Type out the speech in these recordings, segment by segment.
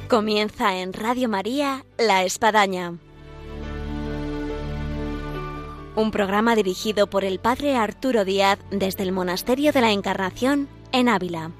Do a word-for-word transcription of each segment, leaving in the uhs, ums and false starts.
Comienza en Radio María La Espadaña, un programa dirigido por el Padre Arturo Díaz desde el Monasterio de la Encarnación en Ávila.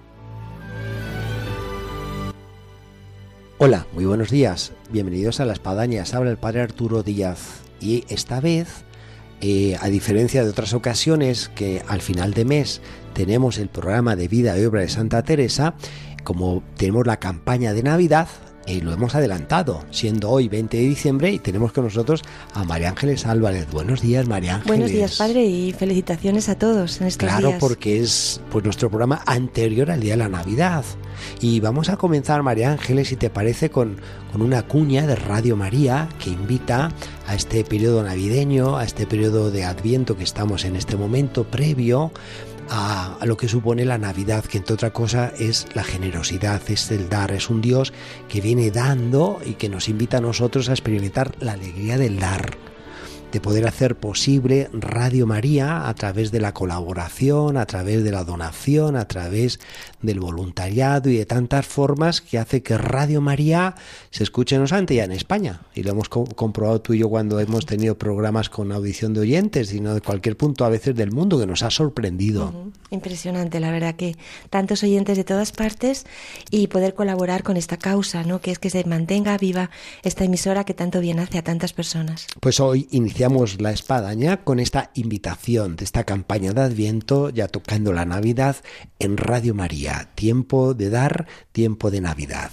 Hola, muy buenos días, bienvenidos a La Espadaña, os habla el Padre Arturo Díaz y esta vez, eh, a diferencia de otras ocasiones que al final de mes tenemos el programa de vida y obra de Santa Teresa, como tenemos la campaña de Navidad, eh, lo hemos adelantado, siendo hoy veinte de diciembre y tenemos con nosotros a María Ángeles Álvarez. Buenos días, María Ángeles. Buenos días, Padre, y felicitaciones a todos en estos claro, días. Claro, porque es pues nuestro programa anterior al día de la Navidad. Y vamos a comenzar, María Ángeles, si te parece, con, con una cuña de Radio María que invita a este periodo navideño, a este periodo de Adviento que estamos en este momento previo a, a lo que supone la Navidad, que entre otra cosa es la generosidad, es el dar, es un Dios que viene dando y que nos invita a nosotros a experimentar la alegría del dar, de poder hacer posible Radio María a través de la colaboración, a través de la donación, a través del voluntariado y de tantas formas que hace que Radio María se escuche no solamente ya en España, y lo hemos co- comprobado tú y yo cuando hemos tenido programas con audición de oyentes, sino de cualquier punto a veces del mundo, que nos ha sorprendido. Uh-huh. Impresionante, la verdad, que tantos oyentes de todas partes y poder colaborar con esta causa, ¿no? Que es que se mantenga viva esta emisora que tanto bien hace a tantas personas. Pues hoy iniciamos La Espadaña con esta invitación de esta campaña de Adviento, ya tocando la Navidad, en Radio María. Tiempo de dar, tiempo de Navidad.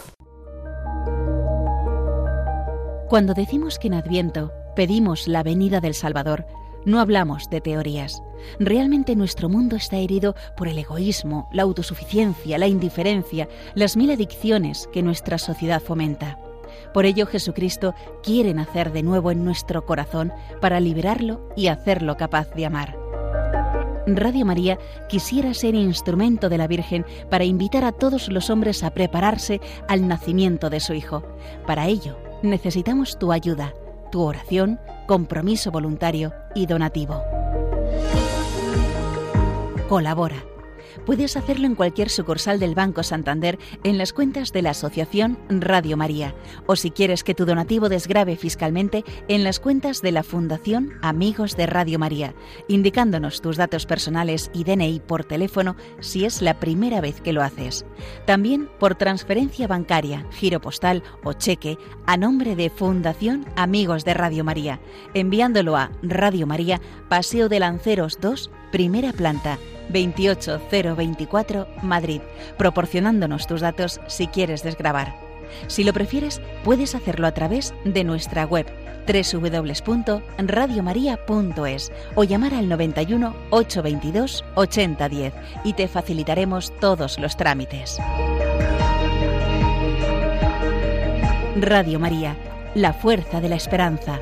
Cuando decimos que en Adviento pedimos la venida del Salvador, no hablamos de teorías. Realmente nuestro mundo está herido por el egoísmo, la autosuficiencia, la indiferencia, las mil adicciones que nuestra sociedad fomenta. Por ello, Jesucristo quiere nacer de nuevo en nuestro corazón para liberarlo y hacerlo capaz de amar. Radio María quisiera ser instrumento de la Virgen para invitar a todos los hombres a prepararse al nacimiento de su Hijo. Para ello, necesitamos tu ayuda, tu oración, compromiso voluntario y donativo. Colabora. Puedes hacerlo en cualquier sucursal del Banco Santander en las cuentas de la Asociación Radio María, o si quieres que tu donativo desgrave fiscalmente, en las cuentas de la Fundación Amigos de Radio María, indicándonos tus datos personales y D N I por teléfono si es la primera vez que lo haces. También por transferencia bancaria, giro postal o cheque a nombre de Fundación Amigos de Radio María, enviándolo a Radio María, Paseo de Lanceros dos, primera planta, veintiocho cero veinticuatro, Madrid, proporcionándonos tus datos si quieres desgravar. Si lo prefieres, puedes hacerlo a través de nuestra web doble u doble u doble u punto radio maría punto es o llamar al noventa y uno, ochocientos veintidós, ochenta diez y te facilitaremos todos los trámites. Radio María, la fuerza de la esperanza.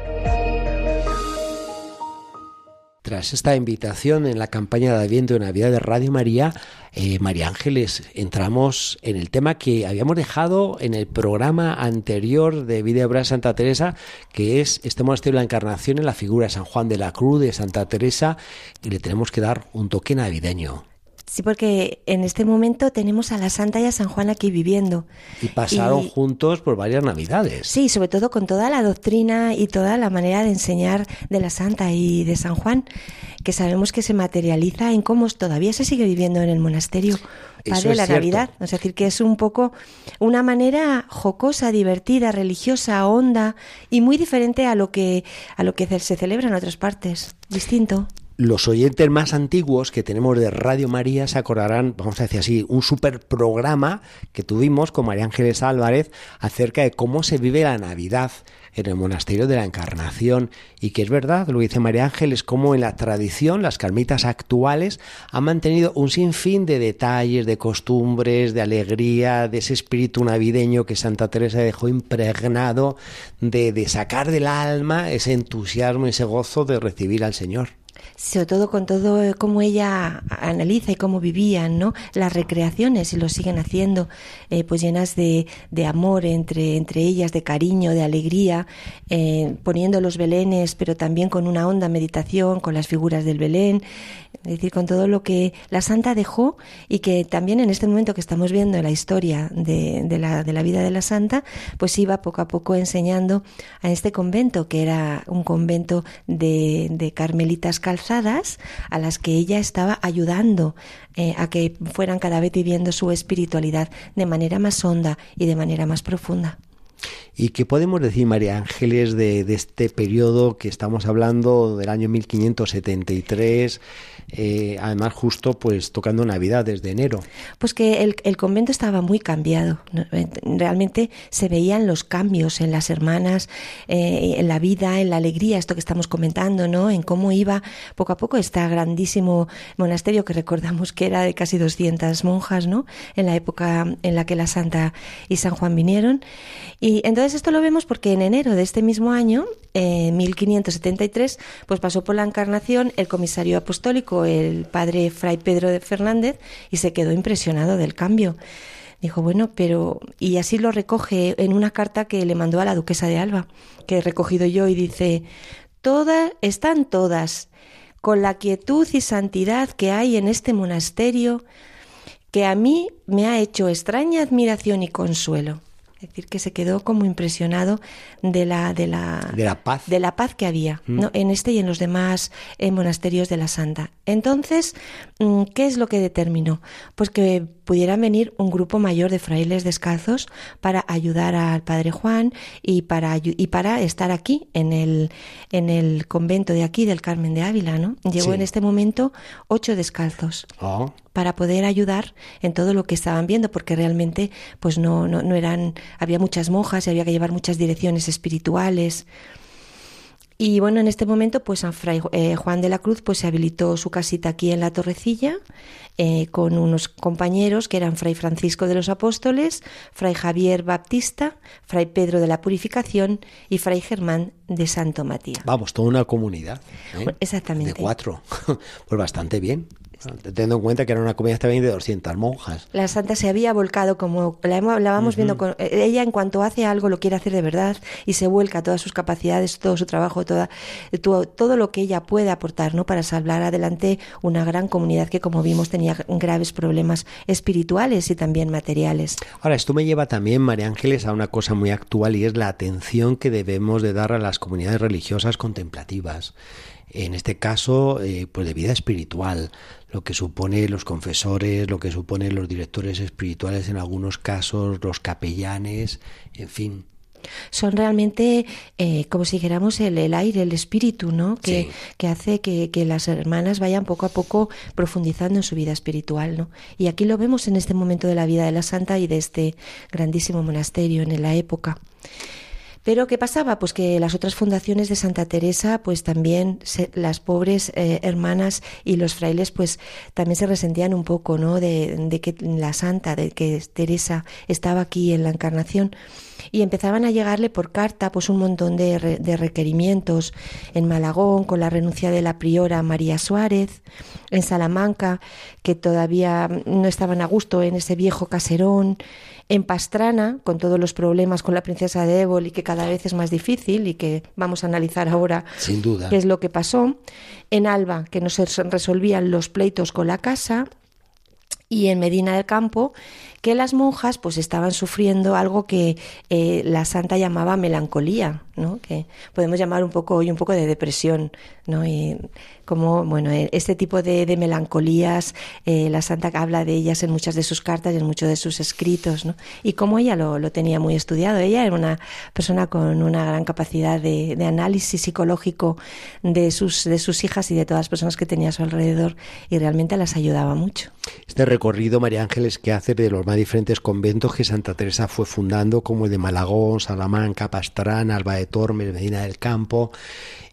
Tras esta invitación en la campaña de Adviento de Navidad de Radio María, eh, María Ángeles, entramos en el tema que habíamos dejado en el programa anterior de Vida y Obra de Santa Teresa, que es este monasterio de la Encarnación en la figura de San Juan de la Cruz, de Santa Teresa, y le tenemos que dar un toque navideño. Sí, porque en este momento tenemos a la Santa y a San Juan aquí viviendo. Y pasaron y, juntos por varias Navidades. Sí, sobre todo con toda la doctrina y toda la manera de enseñar de la Santa y de San Juan, que sabemos que se materializa en cómo todavía se sigue viviendo en el monasterio Padre de la cierto. Navidad. Es decir, que es un poco una manera jocosa, divertida, religiosa, honda y muy diferente a lo que, a lo que se celebra en otras partes. Distinto. Los oyentes más antiguos que tenemos de Radio María se acordarán, vamos a decir así, un super programa que tuvimos con María Ángeles Álvarez acerca de cómo se vive la Navidad en el Monasterio de la Encarnación, y que es verdad, lo dice María Ángeles, cómo en la tradición las carmelitas actuales han mantenido un sinfín de detalles, de costumbres, de alegría, de ese espíritu navideño que Santa Teresa dejó impregnado, de, de sacar del alma ese entusiasmo, ese gozo de recibir al Señor. Sobre todo con todo cómo ella analiza y cómo vivían, ¿no? Las recreaciones, y lo siguen haciendo, eh, pues llenas de, de amor entre, entre ellas, de cariño, de alegría, eh, poniendo los belenes, pero también con una honda meditación, con las figuras del Belén, es decir, con todo lo que la santa dejó, y que también en este momento que estamos viendo la historia de, de, la, de la vida de la santa, pues iba poco a poco enseñando a este convento, que era un convento de, de carmelitas calzadas, a las que ella estaba ayudando eh, a que fueran cada vez viviendo su espiritualidad de manera más honda y de manera más profunda. ¿Y qué podemos decir, María Ángeles, de, de este periodo que estamos hablando del año mil quinientos setenta y tres, eh, además justo pues tocando Navidad desde enero? Pues que el, el convento estaba muy cambiado, ¿no? Realmente se veían los cambios en las hermanas, eh, en la vida, en la alegría, esto que estamos comentando, ¿no? En cómo iba poco a poco este grandísimo monasterio, que recordamos que era de casi doscientas monjas, ¿no? En la época en la que la Santa y San Juan vinieron. Y entonces esto lo vemos porque en enero de este mismo año, eh, mil quinientos setenta y tres, pues pasó por la Encarnación el comisario apostólico, el padre Fray Pedro de Fernández, y se quedó impresionado del cambio. Dijo, bueno, pero... Y así lo recoge en una carta que le mandó a la duquesa de Alba, que he recogido yo, y dice, todas, están todas, con la quietud y santidad que hay en este monasterio, que a mí me ha hecho extraña admiración y consuelo. Es decir, que se quedó como impresionado de la de la, de la paz de la paz que había, mm. ¿no? En este y en los demás eh, monasterios de la Santa. Entonces, ¿qué es lo que determinó? Pues que pudieran venir un grupo mayor de frailes descalzos para ayudar al padre Juan y para y para estar aquí en el en el convento de aquí del Carmen de Ávila, ¿no? Llevó sí. en este momento ocho descalzos. Oh. Para poder ayudar en todo lo que estaban viendo, porque realmente pues no, no, no eran, había muchas monjas y había que llevar muchas direcciones espirituales. Y bueno, en este momento pues San Fray eh, Juan de la Cruz pues se habilitó su casita aquí en la Torrecilla, eh, con unos compañeros que eran Fray Francisco de los Apóstoles, Fray Javier Baptista, Fray Pedro de la Purificación y Fray Germán de Santo Matías. Vamos, toda una comunidad, ¿eh? Exactamente. De cuatro, pues bastante bien. Teniendo en cuenta que era una comunidad también de doscientas monjas. La santa se había volcado, como la, la vamos uh-huh. viendo, con, ella en cuanto hace algo lo quiere hacer de verdad y se vuelca todas sus capacidades, todo su trabajo, toda, todo, todo lo que ella puede aportar, ¿no? Para salvar adelante una gran comunidad que, como vimos, tenía graves problemas espirituales y también materiales. Ahora, esto me lleva también, María Ángeles, a una cosa muy actual, y es la atención que debemos de dar a las comunidades religiosas contemplativas. En este caso, eh, pues de vida espiritual, lo que supone los confesores, lo que suponen los directores espirituales en algunos casos, los capellanes, en fin. Son realmente, eh, como si dijéramos, el, el aire, el espíritu, ¿no? Que, sí. que hace que, que las hermanas vayan poco a poco profundizando en su vida espiritual, ¿no? Y aquí lo vemos en este momento de la vida de la santa y de este grandísimo monasterio en la época. Pero ¿qué pasaba? Pues que las otras fundaciones de Santa Teresa, pues también se, las pobres eh, hermanas y los frailes, pues también se resentían un poco, ¿no? De, de que la santa, de que Teresa estaba aquí en la Encarnación. Y empezaban a llegarle por carta pues un montón de, re, de requerimientos en Malagón, con la renuncia de la priora María Suárez, en Salamanca, que todavía no estaban a gusto en ese viejo caserón, en Pastrana, con todos los problemas con la princesa de Éboli, que cada vez es más difícil y que vamos a analizar ahora sin duda qué es lo que pasó, en Alba, que no se resolvían los pleitos con la casa, y en Medina del Campo, que las monjas pues estaban sufriendo algo que eh, la santa llamaba melancolía, ¿no? Que podemos llamar un poco hoy un poco de depresión, ¿no? Y como, bueno, este tipo de, de melancolías, eh, la santa habla de ellas en muchas de sus cartas y en muchos de sus escritos, ¿no? Y como ella lo, lo tenía muy estudiado. Ella era una persona con una gran capacidad de, de análisis psicológico de sus, de sus hijas y de todas las personas que tenía a su alrededor, y realmente las ayudaba mucho. Este recorrido, María Ángeles, que hace de los más diferentes conventos que Santa Teresa fue fundando, como el de Malagón, Salamanca, Pastrana, Alba de Tormes, Medina del Campo,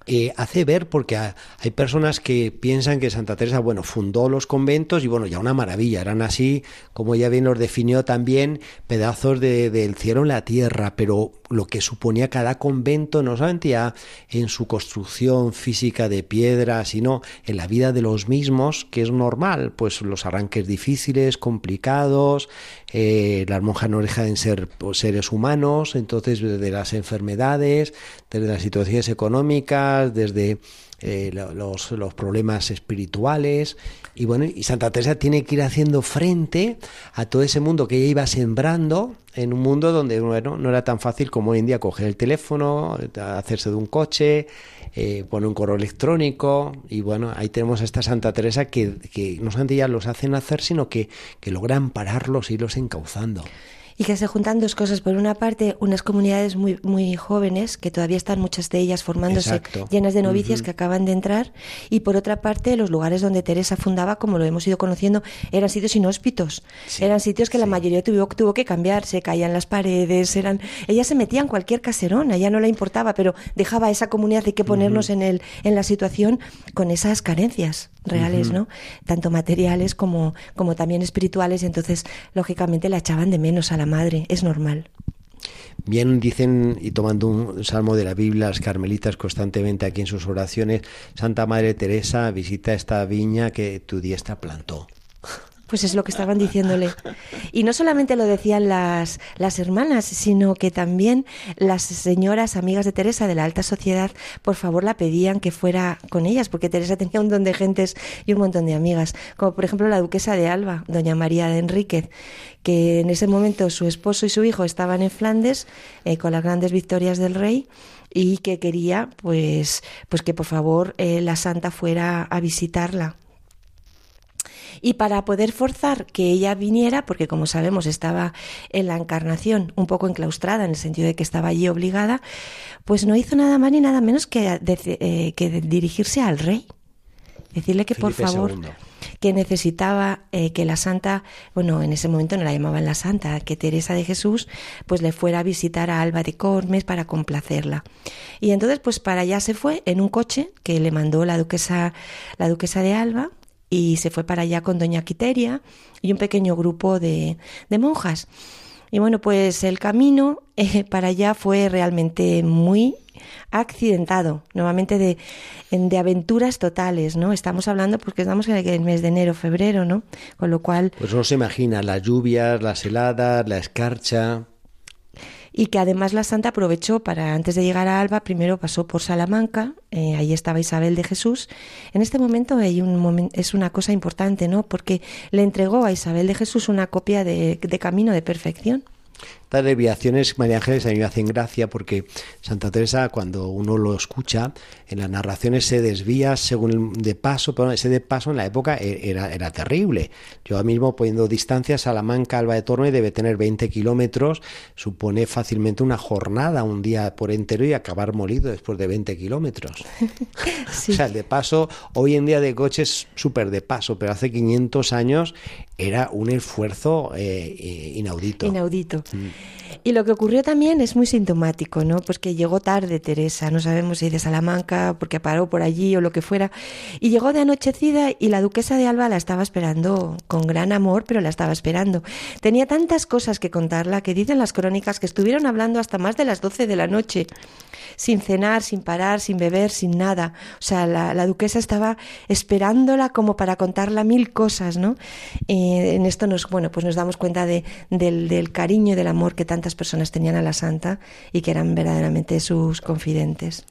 eh, hace ver, porque hay personas que piensan que Santa Teresa, bueno, fundó los conventos y bueno, ya una maravilla, eran así, como ella bien los definió también, pedazos de, del cielo en la tierra, pero lo que suponía cada convento, no solamente ya en su construcción física de piedra, sino en la vida de los mismos, que es normal, pues los arranques difíciles, complicados, eh, las monjas no dejan de ser pues, seres humanos, entonces desde las enfermedades, desde las situaciones económicas, desde eh, los, los problemas espirituales, y bueno, y Santa Teresa tiene que ir haciendo frente a todo ese mundo que ella iba sembrando, en un mundo donde bueno, no era tan fácil como hoy en día coger el teléfono, hacerse de un coche, eh, poner un correo electrónico, y bueno, ahí tenemos a esta Santa Teresa que, que no solamente ya los hacen hacer, sino que, que logran pararlos y irlos encauzando. Y que se juntan dos cosas. Por una parte, unas comunidades muy muy jóvenes, que todavía están muchas de ellas formándose, Exacto. llenas de novicias uh-huh. que acaban de entrar. Y por otra parte, los lugares donde Teresa fundaba, como lo hemos ido conociendo, eran sitios inhóspitos. Sí, eran sitios que sí. la mayoría tuvo, tuvo que cambiar. Se caían las paredes. eran Ella se metía en cualquier caserón, a ella no le importaba, pero dejaba a esa comunidad, hay que ponernos uh-huh. en, el, en la situación con esas carencias reales, uh-huh. ¿no? Tanto materiales como, como también espirituales. Y entonces, lógicamente, la echaban de menos a la madre, es normal. Bien dicen, y tomando un salmo de la Biblia, las carmelitas constantemente aquí en sus oraciones, Santa Madre Teresa, visita esta viña que tu diestra plantó. Pues es lo que estaban diciéndole. Y no solamente lo decían las, las hermanas, sino que también las señoras amigas de Teresa de la alta sociedad, por favor, la pedían que fuera con ellas, porque Teresa tenía un montón de gentes y un montón de amigas, como por ejemplo la duquesa de Alba, doña María de Enríquez, que en ese momento su esposo y su hijo estaban en Flandes eh, con las grandes victorias del rey, y que quería pues, pues que por favor eh, la santa fuera a visitarla. Y para poder forzar que ella viniera, porque como sabemos estaba en la Encarnación un poco enclaustrada, en el sentido de que estaba allí obligada, pues no hizo nada más ni nada menos que, de, eh, que dirigirse al rey. Decirle que Felipe por favor, segundo. que necesitaba eh, que la santa, bueno, en ese momento no la llamaban la santa, que Teresa de Jesús, pues le fuera a visitar a Alba de Cormes para complacerla. Y entonces, pues para allá se fue en un coche que le mandó la duquesa, la duquesa de Alba, y se fue para allá con doña Quiteria y un pequeño grupo de, de monjas. Y bueno, pues el camino eh, para allá fue realmente muy accidentado, nuevamente de, de aventuras totales, ¿no? Estamos hablando porque estamos en el mes de enero, febrero, ¿no? Con lo cual... Pues no se imagina, las lluvias, las heladas, la escarcha... Y que además la santa aprovechó para, antes de llegar a Alba, primero pasó por Salamanca, eh, ahí estaba Isabel de Jesús. En este momento hay un momento, es una cosa importante, ¿no? Porque le entregó a Isabel de Jesús una copia de, de Camino de Perfección. Estas desviaciones, María Ángeles, a mí me hacen gracia porque Santa Teresa, cuando uno lo escucha, en las narraciones se desvía según el de paso, pero ese de paso en la época era, era terrible. Yo ahora mismo, poniendo distancias, Salamanca, Alba de Tormes debe tener veinte kilómetros, supone fácilmente una jornada, un día por entero y acabar molido después de veinte kilómetros. Sí. O sea, el de paso, hoy en día de coche es súper de paso, pero hace quinientos años era un esfuerzo eh, inaudito. Inaudito. Y lo que ocurrió también es muy sintomático, ¿no? Pues que llegó tarde Teresa, no sabemos si de Salamanca, porque paró por allí o lo que fuera, y llegó de anochecida y la duquesa de Alba la estaba esperando con gran amor, pero la estaba esperando. Tenía tantas cosas que contarla que dicen las crónicas que estuvieron hablando hasta más de las doce de la noche, sin cenar, sin parar, sin beber, sin nada. O sea, la, la duquesa estaba esperándola como para contarla mil cosas, ¿no? Eh, en esto nos, bueno, pues nos damos cuenta de, del, del cariño y del amor que tantas personas tenían a la santa y que eran verdaderamente sus confidentes.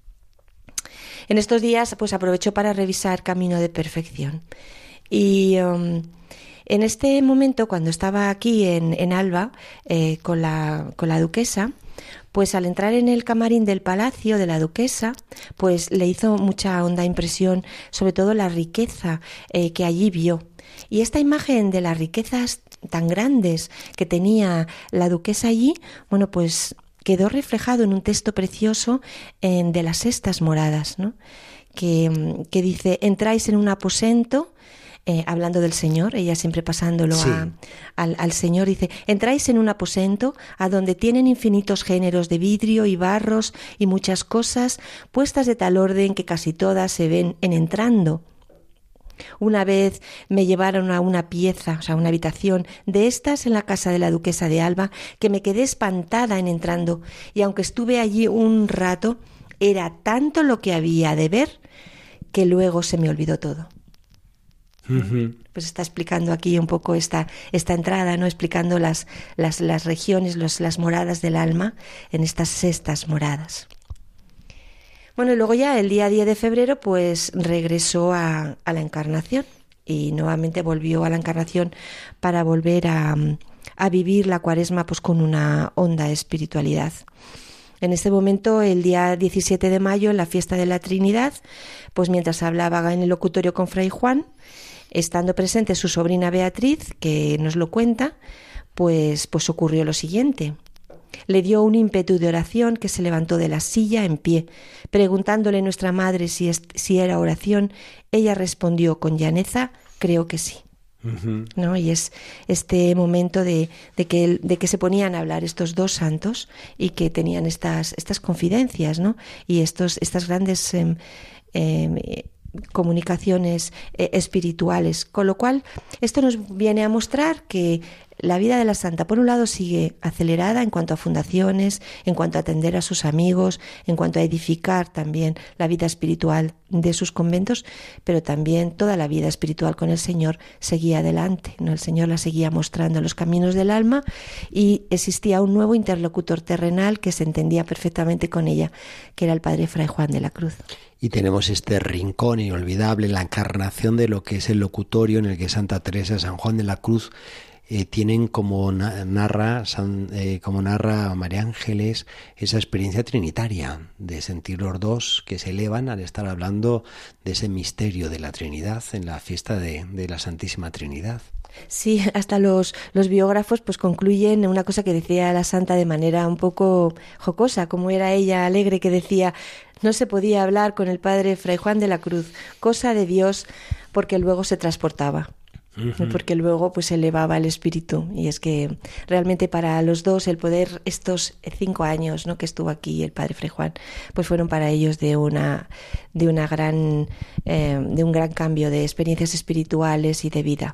En estos días, pues aprovechó para revisar Camino de Perfección. Y um, en este momento, cuando estaba aquí en, en Alba, eh, con la, con la duquesa, pues al entrar en el camarín del palacio de la duquesa, pues le hizo mucha honda impresión, sobre todo la riqueza eh, que allí vio. Y esta imagen de las riquezas tan grandes que tenía la duquesa allí, bueno, pues quedó reflejado en un texto precioso en, de las sextas moradas, ¿no? Que, que dice: entráis en un aposento eh, hablando del Señor, ella siempre pasándolo Sí. a, al, al Señor, dice: entráis en un aposento a donde tienen infinitos géneros de vidrio y barros y muchas cosas puestas de tal orden que casi todas se ven en entrando. Una vez me llevaron a una pieza, o sea, una habitación de estas en la casa de la duquesa de Alba, que me quedé espantada en entrando, y aunque estuve allí un rato, era tanto lo que había de ver que luego se me olvidó todo. Uh-huh. Pues está explicando aquí un poco esta, esta entrada, ¿no? Explicando las, las, las regiones, los, las moradas del alma en estas sextas moradas. Bueno, y luego ya el día diez de febrero pues regresó a, a la Encarnación y nuevamente volvió a la Encarnación para volver a, a vivir la Cuaresma pues con una honda espiritualidad. En este momento, el día diecisiete de mayo, en la fiesta de la Trinidad, pues mientras hablaba en el locutorio con Fray Juan, estando presente su sobrina Beatriz, que nos lo cuenta, pues, pues ocurrió lo siguiente. Le dio un ímpetu de oración que se levantó de la silla en pie. Preguntándole a nuestra madre si, es, si era oración, ella respondió con llaneza: creo que sí. Uh-huh. ¿No? Y es este momento de, de, que, de que se ponían a hablar estos dos santos y que tenían estas, estas confidencias, ¿no? Y estos, estas grandes eh, eh, comunicaciones eh, espirituales. Con lo cual, esto nos viene a mostrar que la vida de la santa, por un lado, sigue acelerada en cuanto a fundaciones, en cuanto a atender a sus amigos, en cuanto a edificar también la vida espiritual de sus conventos, pero también toda la vida espiritual con el Señor seguía adelante, ¿no? El Señor la seguía mostrando los caminos del alma y existía un nuevo interlocutor terrenal que se entendía perfectamente con ella, que era el Padre Fray Juan de la Cruz. Y tenemos este rincón inolvidable, la encarnación de lo que es el locutorio en el que Santa Teresa, San Juan de la Cruz, Eh, tienen como narra San, eh, como narra María Ángeles esa experiencia trinitaria de sentir los dos que se elevan al estar hablando de ese misterio de la Trinidad en la fiesta de, de la Santísima Trinidad. Sí, hasta los, los biógrafos pues concluyen en una cosa que decía la santa de manera un poco jocosa, como era ella alegre, que decía: no se podía hablar con el Padre Fray Juan de la Cruz, cosa de Dios, porque luego se transportaba. Uh-huh. Porque luego pues elevaba el espíritu. Y es que realmente para los dos el poder, estos cinco años, ¿no?, que estuvo aquí el Padre Fray Juan, pues fueron para ellos de una de una gran eh, de un gran cambio de experiencias espirituales y de vida.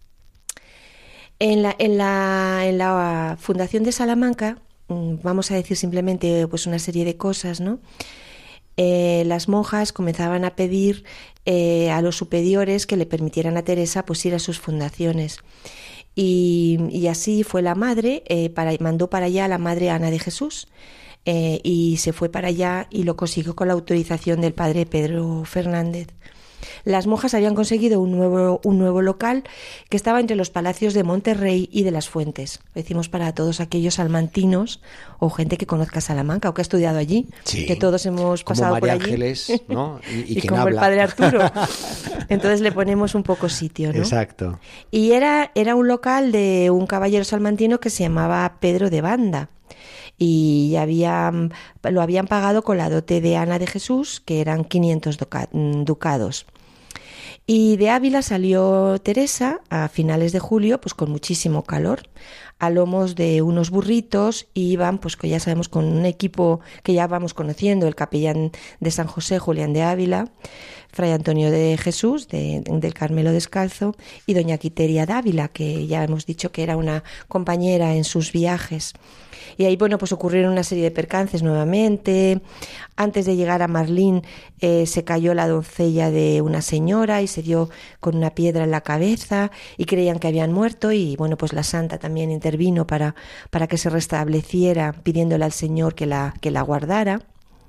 En la en la en la Fundación de Salamanca, vamos a decir simplemente pues una serie de cosas, ¿no? Eh, las monjas comenzaban a pedir eh, a los superiores que le permitieran a Teresa pues ir a sus fundaciones. Y, y así fue la madre, eh, para, mandó para allá a la madre Ana de Jesús, eh, y se fue para allá y lo consiguió con la autorización del padre Pedro Fernández. Las monjas habían conseguido un nuevo, un nuevo local que estaba entre los palacios de Monterrey y de las Fuentes. Lo decimos para todos aquellos salmantinos o gente que conozca Salamanca o que ha estudiado allí, sí, que todos hemos pasado como María por allí. Ángeles, ¿no? Y, y, y quien como habla. El Padre Arturo. Entonces le ponemos un poco sitio, ¿no? Exacto. Y era, era un local de un caballero salmantino que se llamaba Pedro de Banda. Y habían, lo habían pagado con la dote de Ana de Jesús, que eran quinientos ducados. Y de Ávila salió Teresa a finales de julio, pues con muchísimo calor, a lomos de unos burritos, y iban, pues que ya sabemos, con un equipo que ya vamos conociendo, el capellán de San José, Julián de Ávila, Fray Antonio de Jesús, de, del Carmelo Descalzo, y doña Quiteria Dávila, que ya hemos dicho que era una compañera en sus viajes. Y ahí, bueno, pues ocurrieron una serie de percances nuevamente. Antes de llegar a Marlín eh, se cayó la doncella de una señora y se dio con una piedra en la cabeza y creían que habían muerto, y bueno, pues la santa también intervino para, para que se restableciera, pidiéndole al Señor que la, que la guardara.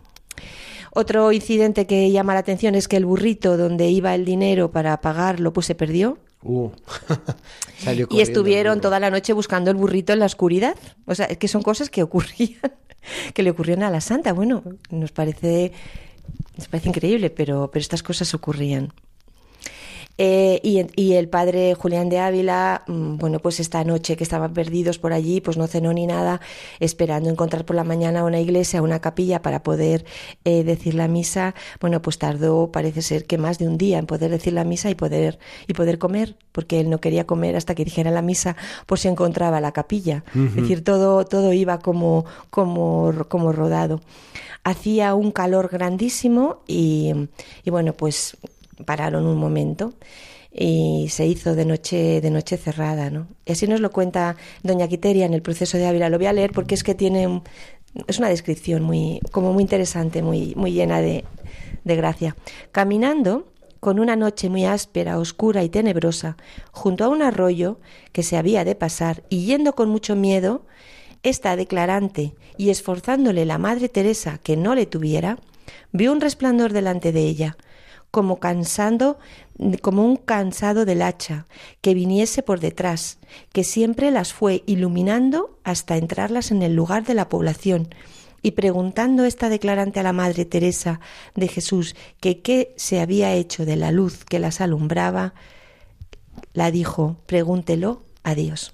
Otro incidente que llama la atención es que el burrito donde iba el dinero para pagarlo pues se perdió. Uh, salió y estuvieron toda la noche buscando el burrito en la oscuridad. O sea, es que son cosas que ocurrían, que le ocurrieron a la santa. Bueno, nos parece, nos parece increíble, pero, pero estas cosas ocurrían. Eh, y, y el padre Julián de Ávila, bueno, pues esta noche que estaban perdidos por allí, pues no cenó ni nada, esperando encontrar por la mañana una iglesia, una capilla para poder eh, decir la misa. Bueno, pues tardó, parece ser que más de un día en poder decir la misa y poder, y poder comer, porque él no quería comer hasta que dijera la misa por si encontraba la capilla. Uh-huh. Es decir, todo, todo iba como, como, como rodado. Hacía un calor grandísimo y, y bueno, pues pararon un momento y se hizo de noche de noche cerrada, ¿no? Y así nos lo cuenta doña Quiteria en el Proceso de Ávila. Lo voy a leer porque es que tiene es una descripción muy como muy interesante, muy muy llena de, de gracia. Caminando con una noche muy áspera, oscura y tenebrosa, junto a un arroyo que se había de pasar y yendo con mucho miedo, esta declarante y esforzándole la Madre Teresa que no le tuviera, vio un resplandor delante de ella, como cansando, como un cansado del hacha, que viniese por detrás, que siempre las fue iluminando hasta entrarlas en el lugar de la población. Y preguntando esta declarante a la Madre Teresa de Jesús que qué se había hecho de la luz que las alumbraba, la dijo: pregúntelo a Dios.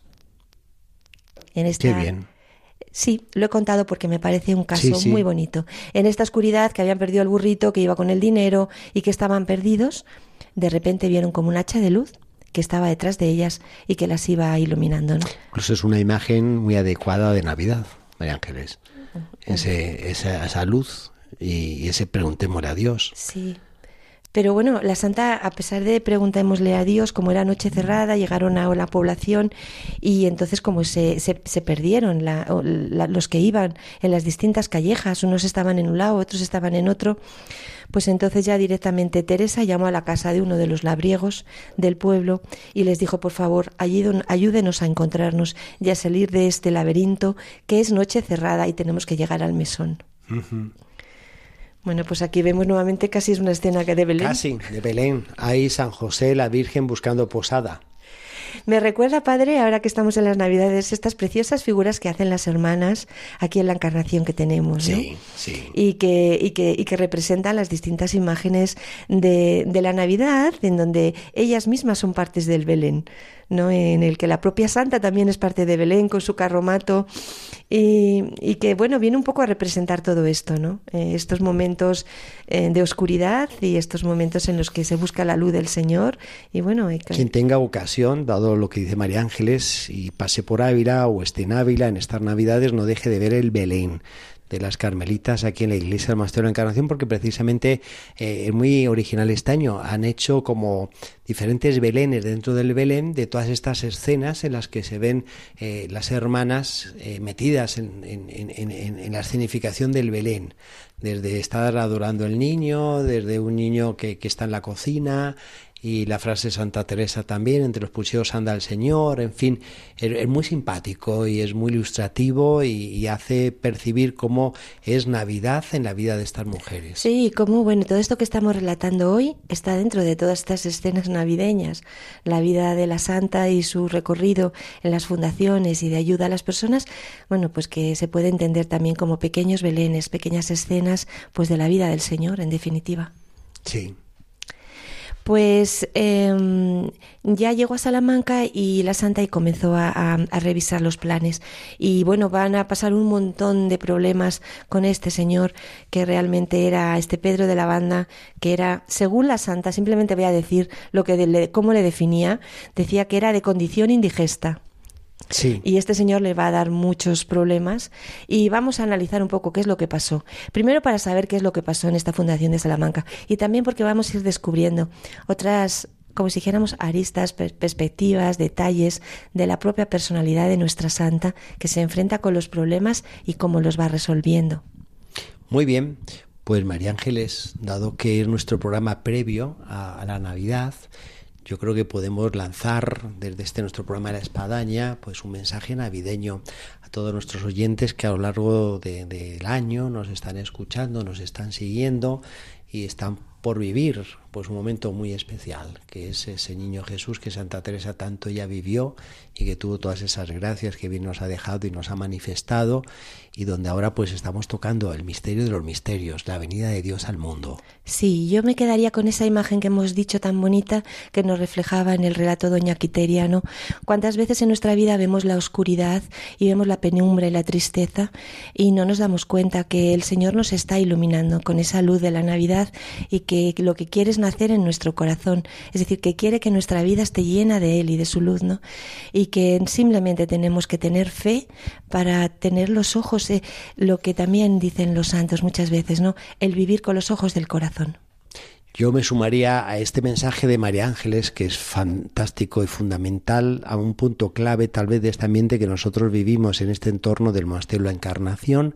En esta... Qué bien. Sí, lo he contado porque me parece un caso sí, sí. muy bonito. En esta oscuridad, que habían perdido el burrito, que iba con el dinero y que estaban perdidos, de repente vieron como un hacha de luz que estaba detrás de ellas y que las iba iluminando, ¿no? Incluso es una imagen muy adecuada de Navidad, María Ángeles. Ese, esa, esa luz y, y ese preguntémosle a Dios. Sí. Pero bueno, la santa, a pesar de preguntémosle a Dios, como era noche cerrada, llegaron a la población y entonces como se, se, se perdieron la, la, los que iban en las distintas callejas, unos estaban en un lado, otros estaban en otro, pues entonces ya directamente Teresa llamó a la casa de uno de los labriegos del pueblo y les dijo: por favor, ayúdenos a encontrarnos y a salir de este laberinto que es noche cerrada y tenemos que llegar al mesón. Uh-huh. Bueno, pues aquí vemos nuevamente casi es una escena que de Belén. Casi, de Belén. Ahí San José, la Virgen buscando posada. Me recuerda, padre, ahora que estamos en las Navidades, estas preciosas figuras que hacen las hermanas aquí en la Encarnación que tenemos, ¿no? Sí, sí. Y que, y que, y que representan las distintas imágenes de, de la Navidad, en donde ellas mismas son partes del Belén, ¿no? En el que la propia Santa también es parte de Belén con su carromato y, y que, bueno, viene un poco a representar todo esto, ¿no? Eh, estos momentos eh, de oscuridad y estos momentos en los que se busca la luz del Señor y, bueno... Eh, Quien tenga ocasión, dado lo que dice María Ángeles, y pase por Ávila o esté en Ávila en estas Navidades, no deje de ver el Belén de las Carmelitas aquí en la iglesia del Monasterio de la Encarnación, porque precisamente eh, es muy original este año. Han hecho como diferentes belenes dentro del Belén de todas estas escenas en las que se ven eh, las hermanas eh, metidas en, en, en, en, en la escenificación del Belén, desde estar adorando al niño, desde un niño que, que está en la cocina, y la frase de Santa Teresa también: entre los pulseos anda el Señor. En fin, es, es muy simpático y es muy ilustrativo y, y hace percibir cómo es Navidad en la vida de estas mujeres. Sí, como bueno, todo esto que estamos relatando hoy está dentro de todas estas escenas navideñas. La vida de la Santa y su recorrido en las fundaciones y de ayuda a las personas, bueno, pues que se puede entender también como pequeños belenes, pequeñas escenas, pues de la vida del Señor, en definitiva. Sí. Pues eh, ya llegó a Salamanca y la Santa y comenzó a, a, a revisar los planes. Y bueno, van a pasar un montón de problemas con este señor que realmente era este Pedro de la Banda, que era, según la Santa, simplemente voy a decir lo que de, le, cómo le definía, decía que era de condición indigesta. Sí. Y este señor le va a dar muchos problemas y vamos a analizar un poco qué es lo que pasó. Primero para saber qué es lo que pasó en esta fundación de Salamanca y también porque vamos a ir descubriendo otras, como si dijéramos, aristas, perspectivas, detalles de la propia personalidad de nuestra santa que se enfrenta con los problemas y cómo los va resolviendo. Muy bien, pues María Ángeles, dado que es nuestro programa previo a, a la Navidad, yo creo que podemos lanzar desde este nuestro programa de la Espadaña pues un mensaje navideño a todos nuestros oyentes que a lo largo de, del año nos están escuchando, nos están siguiendo y están por vivir pues un momento muy especial, que es ese niño Jesús que Santa Teresa tanto ya vivió y que tuvo todas esas gracias que bien nos ha dejado y nos ha manifestado, y donde ahora pues estamos tocando el misterio de los misterios, la venida de Dios al mundo. Sí, yo me quedaría con esa imagen que hemos dicho tan bonita, que nos reflejaba en el relato Doña Quiteria, ¿no? Cuántas veces en nuestra vida vemos la oscuridad y vemos la penumbra y la tristeza y no nos damos cuenta que el Señor nos está iluminando con esa luz de la Navidad, y que lo que quiere es nacer en nuestro corazón, es decir, que quiere que nuestra vida esté llena de Él y de su luz, ¿no? Y que simplemente tenemos que tener fe para tener los ojos, eh, lo que también dicen los santos muchas veces, ¿no? El vivir con los ojos del corazón. Yo me sumaría a este mensaje de María Ángeles, que es fantástico y fundamental, a un punto clave tal vez de este ambiente que nosotros vivimos en este entorno del Monasterio de la Encarnación,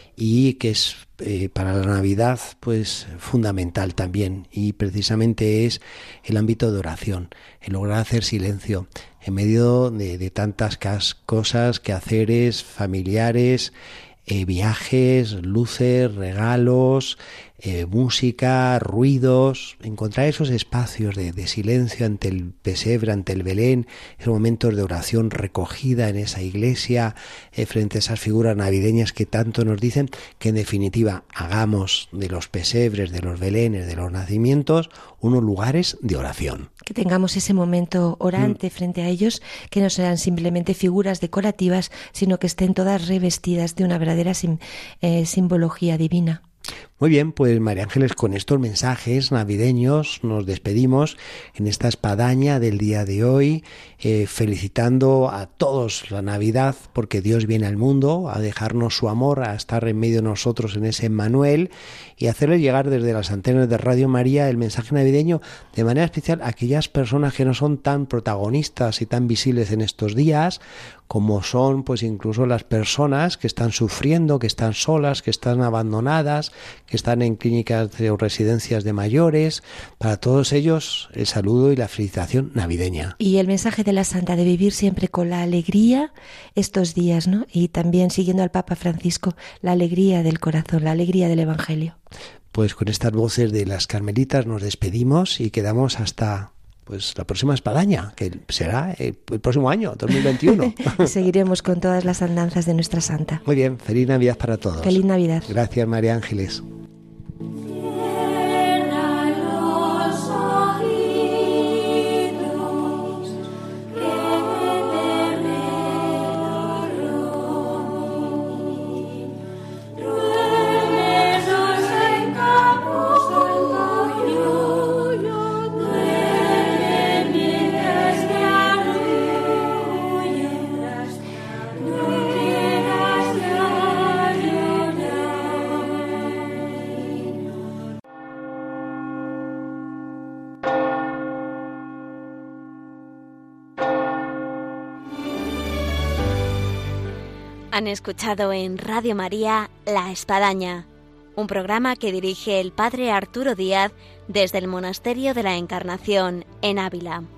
y que es eh, para la Navidad pues fundamental también, y precisamente es el ámbito de oración, el lograr hacer silencio en medio de, de tantas cosas, quehaceres familiares, eh, viajes, luces, regalos, eh, música, ruidos, encontrar esos espacios de, de silencio ante el pesebre, ante el Belén, esos momentos de oración recogida en esa iglesia, eh, frente a esas figuras navideñas que tanto nos dicen, que en definitiva hagamos de los pesebres, de los belenes, de los nacimientos, unos lugares de oración. Que tengamos ese momento orante mm. frente a ellos, que no sean simplemente figuras decorativas, sino que estén todas revestidas de una verdadera sim, eh, simbología divina. Muy bien, pues María Ángeles, con estos mensajes navideños nos despedimos en esta espadaña del día de hoy, eh, felicitando a todos la Navidad, porque Dios viene al mundo a dejarnos su amor, a estar en medio de nosotros en ese Emmanuel, y hacerle llegar desde las antenas de Radio María el mensaje navideño de manera especial a aquellas personas que no son tan protagonistas y tan visibles en estos días, como son pues incluso las personas que están sufriendo, que están solas, que están abandonadas, que están en clínicas o residencias de mayores. Para todos ellos el saludo y la felicitación navideña. Y el mensaje de la Santa de vivir siempre con la alegría estos días, ¿no? Y también siguiendo al Papa Francisco, la alegría del corazón, la alegría del Evangelio. Pues con estas voces de las carmelitas nos despedimos y quedamos hasta pues la próxima espadaña, que será el, el próximo año, dos mil veintiuno. Y seguiremos con todas las andanzas de nuestra Santa. Muy bien, feliz Navidad para todos. Feliz Navidad. Gracias, María Ángeles. Han escuchado en Radio María La Espadaña, un programa que dirige el padre Arturo Díaz desde el Monasterio de la Encarnación en Ávila.